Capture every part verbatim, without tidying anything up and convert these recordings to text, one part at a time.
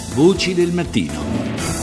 Voci del mattino.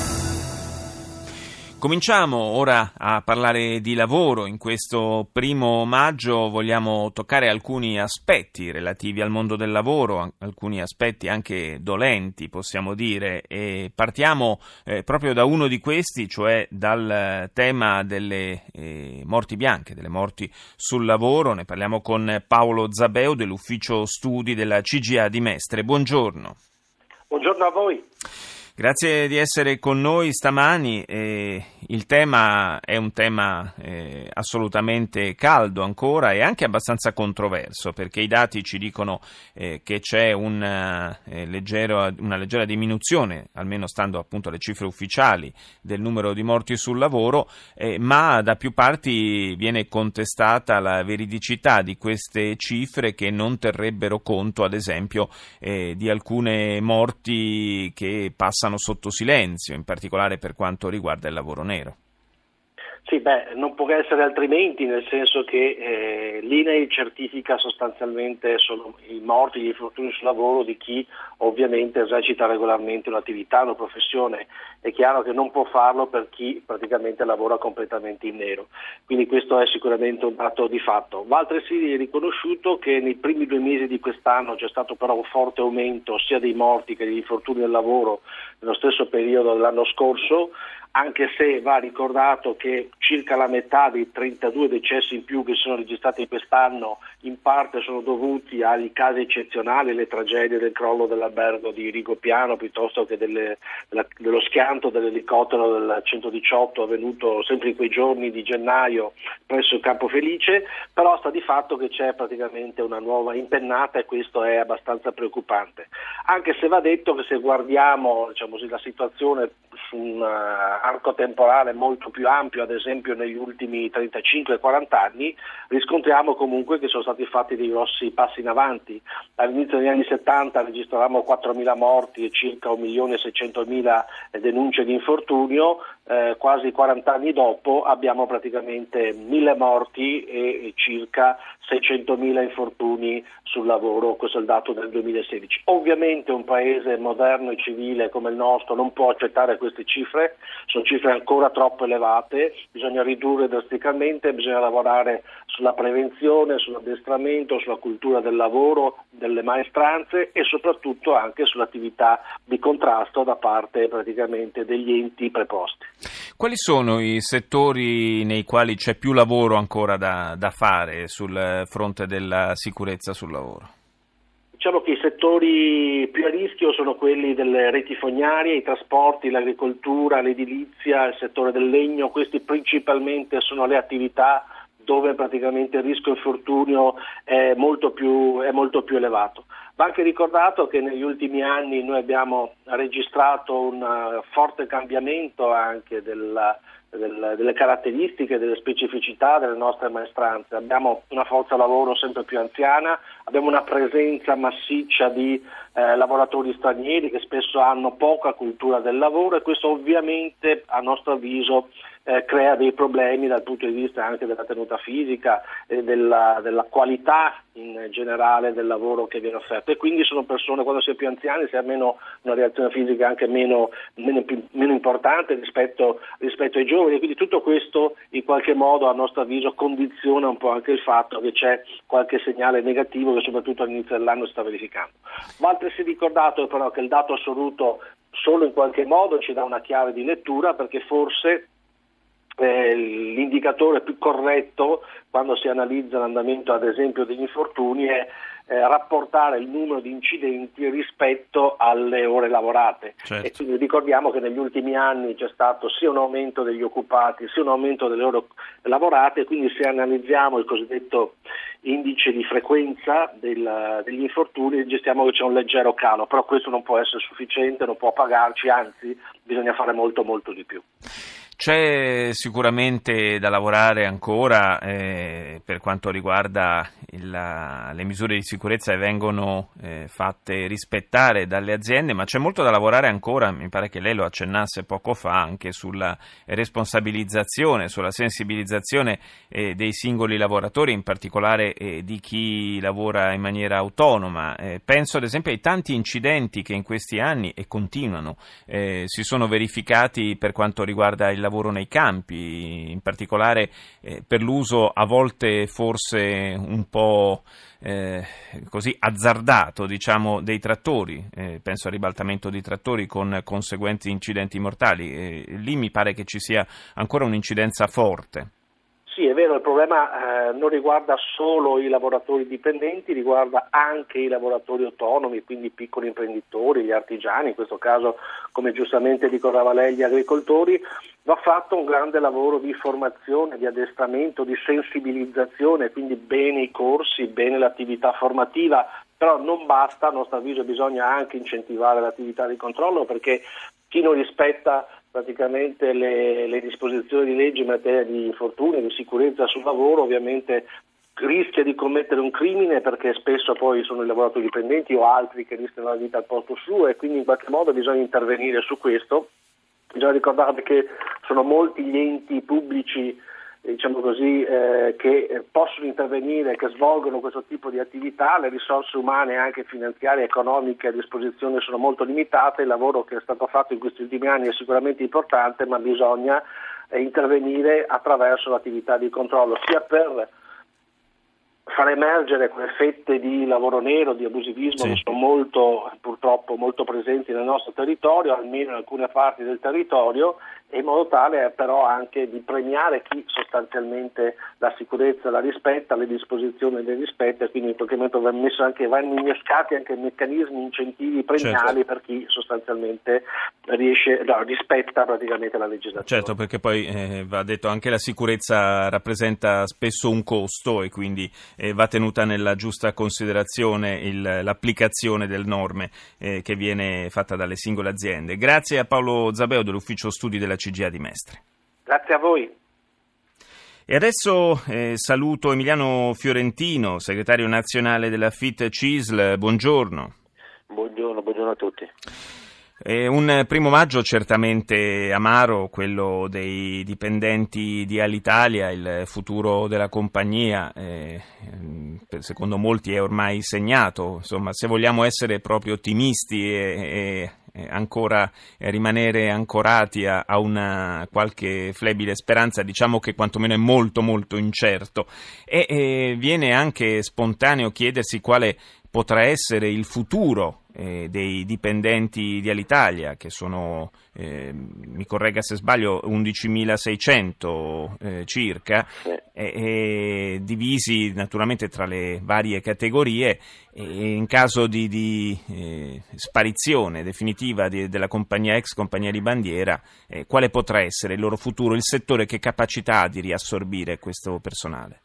Cominciamo ora a parlare di lavoro. In questo primo maggio vogliamo toccare alcuni aspetti relativi al mondo del lavoro, alcuni aspetti anche dolenti, possiamo dire, e partiamo eh, proprio da uno di questi, cioè dal tema delle eh, morti bianche, delle morti sul lavoro. Ne parliamo con Paolo Zabeo dell'ufficio studi della C G I A di Mestre. Buongiorno. Buongiorno a voi. Grazie di essere con noi stamani. Eh, il tema è un tema eh, assolutamente caldo ancora e anche abbastanza controverso, perché i dati ci dicono eh, che c'è un, eh, leggero, una leggera diminuzione, almeno stando appunto alle cifre ufficiali, del numero di morti sul lavoro, eh, ma da più parti viene contestata la veridicità di queste cifre, che non terrebbero conto, ad esempio, eh, di alcune morti che passano sotto silenzio, in particolare per quanto riguarda il lavoro nero. Sì, beh, non può essere altrimenti, nel senso che eh, l'I N A I certifica sostanzialmente solo i morti, gli infortuni sul lavoro di chi ovviamente esercita regolarmente un'attività, una professione. È chiaro che non può farlo per chi praticamente lavora completamente in nero, quindi questo è sicuramente un dato di fatto. Va altresì riconosciuto che nei primi due mesi di quest'anno c'è stato però un forte aumento sia dei morti che degli infortuni del lavoro nello stesso periodo dell'anno scorso, anche se va ricordato che circa la metà dei trentadue decessi in più che sono registrati quest'anno in parte sono dovuti agli casi eccezionali, le tragedie del crollo dell'albergo di Rigopiano piuttosto che delle, della, dello schianto dell'elicottero del centodiciotto avvenuto sempre in quei giorni di gennaio presso il Campo Felice, però sta di fatto che c'è praticamente una nuova impennata e questo è abbastanza preoccupante, anche se va detto che se guardiamo, diciamo così, la situazione su un arco temporale molto più ampio, ad esempio negli ultimi trentacinque quaranta anni, riscontriamo comunque che sono stati fatti dei grossi passi in avanti. All'inizio degli anni settanta registravamo quattromila morti e circa un milione e seicentomila denunce di infortunio, eh, quasi quaranta anni dopo abbiamo praticamente mille morti e circa seicentomila infortuni sul lavoro, questo è il dato del duemilasedici. Ovviamente un paese moderno e civile come il nostro non può accettare queste cifre, sono cifre ancora troppo elevate, bisogna ridurre drasticamente, bisogna lavorare sulla prevenzione, sull'addestramento, sulla cultura del lavoro, delle maestranze e soprattutto anche sull'attività di contrasto da parte praticamente degli enti preposti. Quali sono i settori nei quali c'è più lavoro ancora da, da fare sul fronte della sicurezza sul lavoro? Diciamo che i settori più a rischio sono quelli delle reti fognarie, i trasporti, l'agricoltura, l'edilizia, il settore del legno. Questi principalmente sono le attività dove praticamente il rischio infortunio è molto più, è molto più elevato. Va anche ricordato che negli ultimi anni noi abbiamo registrato un forte cambiamento anche della delle caratteristiche, delle specificità delle nostre maestranze. Abbiamo una forza lavoro sempre più anziana, abbiamo una presenza massiccia di eh, lavoratori stranieri che spesso hanno poca cultura del lavoro e questo ovviamente a nostro avviso eh, crea dei problemi dal punto di vista anche della tenuta fisica e della, della qualità in generale del lavoro che viene offerto, e quindi sono persone, quando si è più anziani si ha meno una reazione fisica anche meno, meno, meno importante rispetto, rispetto ai giovani, e quindi tutto questo in qualche modo a nostro avviso condiziona un po' anche il fatto che c'è qualche segnale negativo che soprattutto all'inizio dell'anno si sta verificando. Va altresì ricordato però che il dato assoluto solo in qualche modo ci dà una chiave di lettura, perché forse Eh, l'indicatore più corretto quando si analizza l'andamento ad esempio degli infortuni è eh, rapportare il numero di incidenti rispetto alle ore lavorate. Certo. E quindi ricordiamo che negli ultimi anni c'è stato sia un aumento degli occupati sia un aumento delle ore lavorate, quindi se analizziamo il cosiddetto indice di frequenza del, degli infortuni registriamo che c'è un leggero calo, però questo non può essere sufficiente, non può pagarci, anzi bisogna fare molto molto di più. C'è sicuramente da lavorare ancora eh, per quanto riguarda il, la, le misure di sicurezza che vengono eh, fatte rispettare dalle aziende, ma c'è molto da lavorare ancora, mi pare che lei lo accennasse poco fa, anche sulla responsabilizzazione, sulla sensibilizzazione eh, dei singoli lavoratori, in particolare eh, di chi lavora in maniera autonoma. Eh, penso ad esempio ai tanti incidenti che in questi anni, e continuano, eh, si sono verificati per quanto riguarda il lavoro nei campi, in particolare eh, per l'uso a volte forse un po' eh, così azzardato, diciamo, dei trattori. Eh, penso al ribaltamento di trattori con conseguenti incidenti mortali. Eh, lì mi pare che ci sia ancora un'incidenza forte. Sì, è vero, il problema eh, non riguarda solo i lavoratori dipendenti, riguarda anche i lavoratori autonomi, quindi i piccoli imprenditori, gli artigiani, in questo caso, come giustamente ricordava lei, gli agricoltori. Va fatto un grande lavoro di formazione, di addestramento, di sensibilizzazione, quindi bene i corsi, bene l'attività formativa, però non basta, a nostro avviso bisogna anche incentivare l'attività di controllo, perché chi non rispetta praticamente le, le disposizioni di legge in materia di infortuni, di sicurezza sul lavoro, ovviamente rischia di commettere un crimine, perché spesso poi sono i lavoratori dipendenti o altri che rischiano la vita al posto suo, e quindi in qualche modo bisogna intervenire su questo. Bisogna ricordare che sono molti gli enti pubblici, diciamo così, eh, che possono intervenire, che svolgono questo tipo di attività. Le risorse umane, anche finanziarie e economiche, a disposizione sono molto limitate. Il lavoro che è stato fatto in questi ultimi anni è sicuramente importante, ma bisogna eh, intervenire attraverso l'attività di controllo, sia per far emergere quelle fette di lavoro nero, di abusivismo, sì, che sono molto, purtroppo molto presenti nel nostro territorio, almeno in alcune parti del territorio, e in modo tale però anche di premiare chi sostanzialmente la sicurezza la rispetta, le disposizioni le rispetta, e quindi in qualche momento vanno messo anche, vanno innescati anche meccanismi, incentivi premiali, certo, per chi sostanzialmente riesce, no, rispetta praticamente la legislazione. Certo, perché poi eh, va detto anche la sicurezza rappresenta spesso un costo, e quindi eh, va tenuta nella giusta considerazione il, l'applicazione delle norme eh, che viene fatta dalle singole aziende. Grazie a Paolo Zabeo dell'Ufficio Studi della C G I A di Mestre. Grazie a voi. E adesso eh, saluto Emiliano Fiorentino, segretario nazionale della F I T C I S L. Buongiorno. Buongiorno, buongiorno a tutti. È un primo maggio certamente amaro, quello dei dipendenti di Alitalia, il futuro della compagnia, eh, secondo molti è ormai segnato. Insomma, se vogliamo essere proprio ottimisti e, e ancora rimanere ancorati a, a una qualche flebile speranza, diciamo che quantomeno è molto molto incerto, e, e viene anche spontaneo chiedersi quale potrà essere il futuro eh, dei dipendenti di Alitalia, che sono, eh, mi corregga se sbaglio, undicimilaseicento eh, circa, eh, eh, divisi naturalmente tra le varie categorie, e in caso di, di eh, sparizione definitiva di, della compagnia ex compagnia di bandiera, eh, quale potrà essere il loro futuro, il settore che capacità ha di riassorbire questo personale?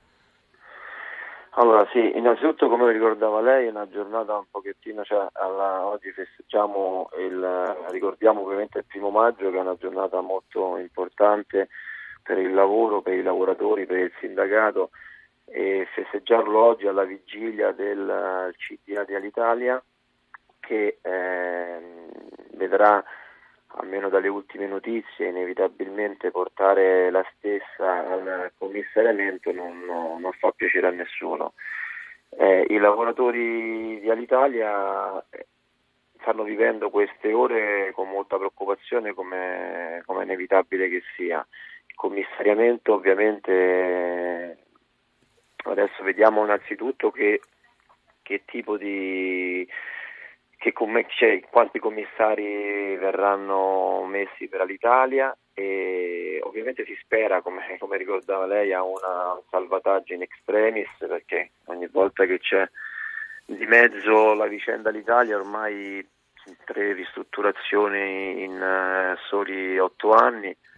Allora sì, innanzitutto, come ricordava lei, è una giornata un pochettino, cioè alla, oggi festeggiamo, il, ricordiamo ovviamente il primo maggio, che è una giornata molto importante per il lavoro, per i lavoratori, per il sindacato, e festeggiarlo oggi alla vigilia del C D A di Alitalia, che eh, vedrà, almeno dalle ultime notizie, inevitabilmente portare la stessa al commissariamento, non, non, non fa piacere a nessuno. Eh, I lavoratori di Alitalia stanno vivendo queste ore con molta preoccupazione, come, come è inevitabile che sia. Il commissariamento, ovviamente, adesso vediamo innanzitutto che, che tipo di... Che com- cioè, quanti commissari verranno messi per Alitalia, e ovviamente si spera, come, come ricordava lei, a una, un salvataggio in extremis, perché ogni volta che c'è di mezzo la vicenda Alitalia, ormai tre ristrutturazioni in uh, soli otto anni,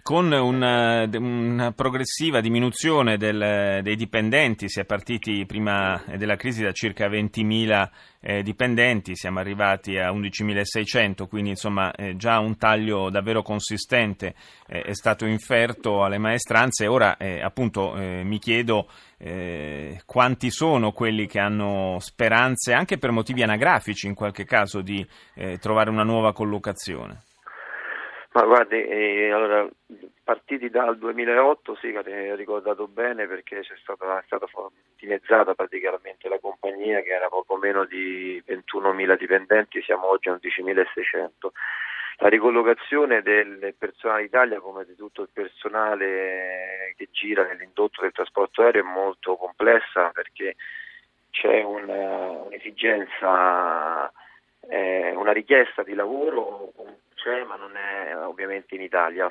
Con una, una progressiva diminuzione del, dei dipendenti, si è partiti prima della crisi da circa ventimila eh, dipendenti, siamo arrivati a undicimilaseicento, quindi insomma eh, già un taglio davvero consistente eh, è stato inferto alle maestranze. Ora eh, appunto eh, mi chiedo eh, quanti sono quelli che hanno speranze, anche per motivi anagrafici in qualche caso, di eh, trovare una nuova collocazione. Ma guardi, eh, allora, partiti dal duemilaotto, sì, hai ricordato bene, perché c'è stata, è stata dimezzata praticamente la compagnia, che era poco meno di ventunomila dipendenti, siamo oggi a undicimilaseicento. La ricollocazione del personale Italia, come di tutto il personale che gira nell'indotto del trasporto aereo, è molto complessa, perché c'è una, un'esigenza, eh, una richiesta di lavoro, c'è, ma non è ovviamente in Italia.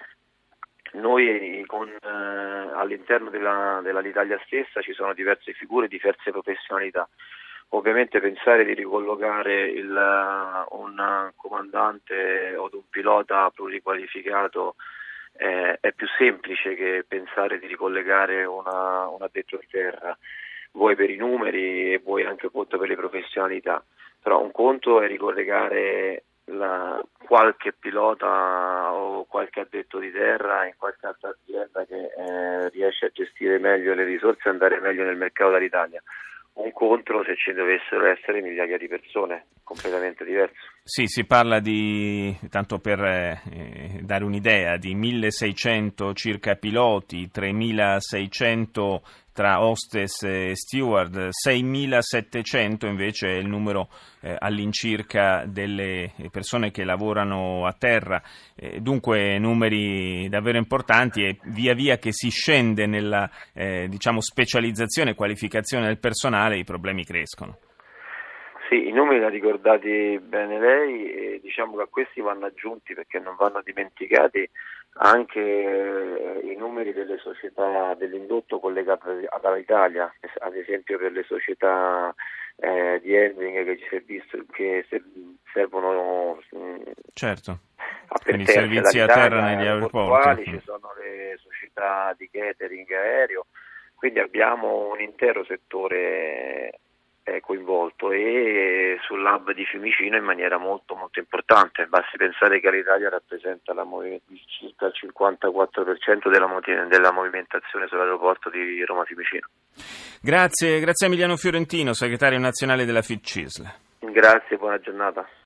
Noi con, eh, all'interno della, dell'Alitalia stessa ci sono diverse figure, diverse professionalità. Ovviamente pensare di ricollocare il, un comandante o un pilota pluriqualificato eh, è più semplice che pensare di ricollegare una, un addetto di terra, vuoi per i numeri e vuoi anche appunto per le professionalità. Però un conto è ricollegare La, qualche pilota o qualche addetto di terra in qualche altra azienda che eh, riesce a gestire meglio le risorse e andare meglio nel mercato dell'Italia. Un contro se ci dovessero essere migliaia di persone, completamente diverso. Sì, si parla di, tanto per eh, dare un'idea, di milleseicento circa piloti, tremilaseicento tra hostess e steward, seimilasettecento invece è il numero eh, all'incirca delle persone che lavorano a terra, eh, dunque numeri davvero importanti, e via via che si scende nella eh, diciamo specializzazione e qualificazione del personale i problemi crescono. Sì, i numeri li ha ricordati bene lei, e diciamo che a questi vanno aggiunti, perché non vanno dimenticati, anche i numeri delle società dell'indotto collegate all'Italia, ad esempio per le società eh, di handling che, serviz- che servono certo. a Quindi servizi a terra negli aeroporti. Ci sono le società di catering aereo, quindi abbiamo un intero settore è coinvolto, e sull'hub di Fiumicino in maniera molto molto importante. Basti pensare che l'Italia rappresenta la movi- circa il cinquantaquattro per cento della, moti- della movimentazione sull'aeroporto di Roma Fiumicino. Grazie, grazie a Emiliano Fiorentino, segretario nazionale della FIT-CISL. Grazie, buona giornata.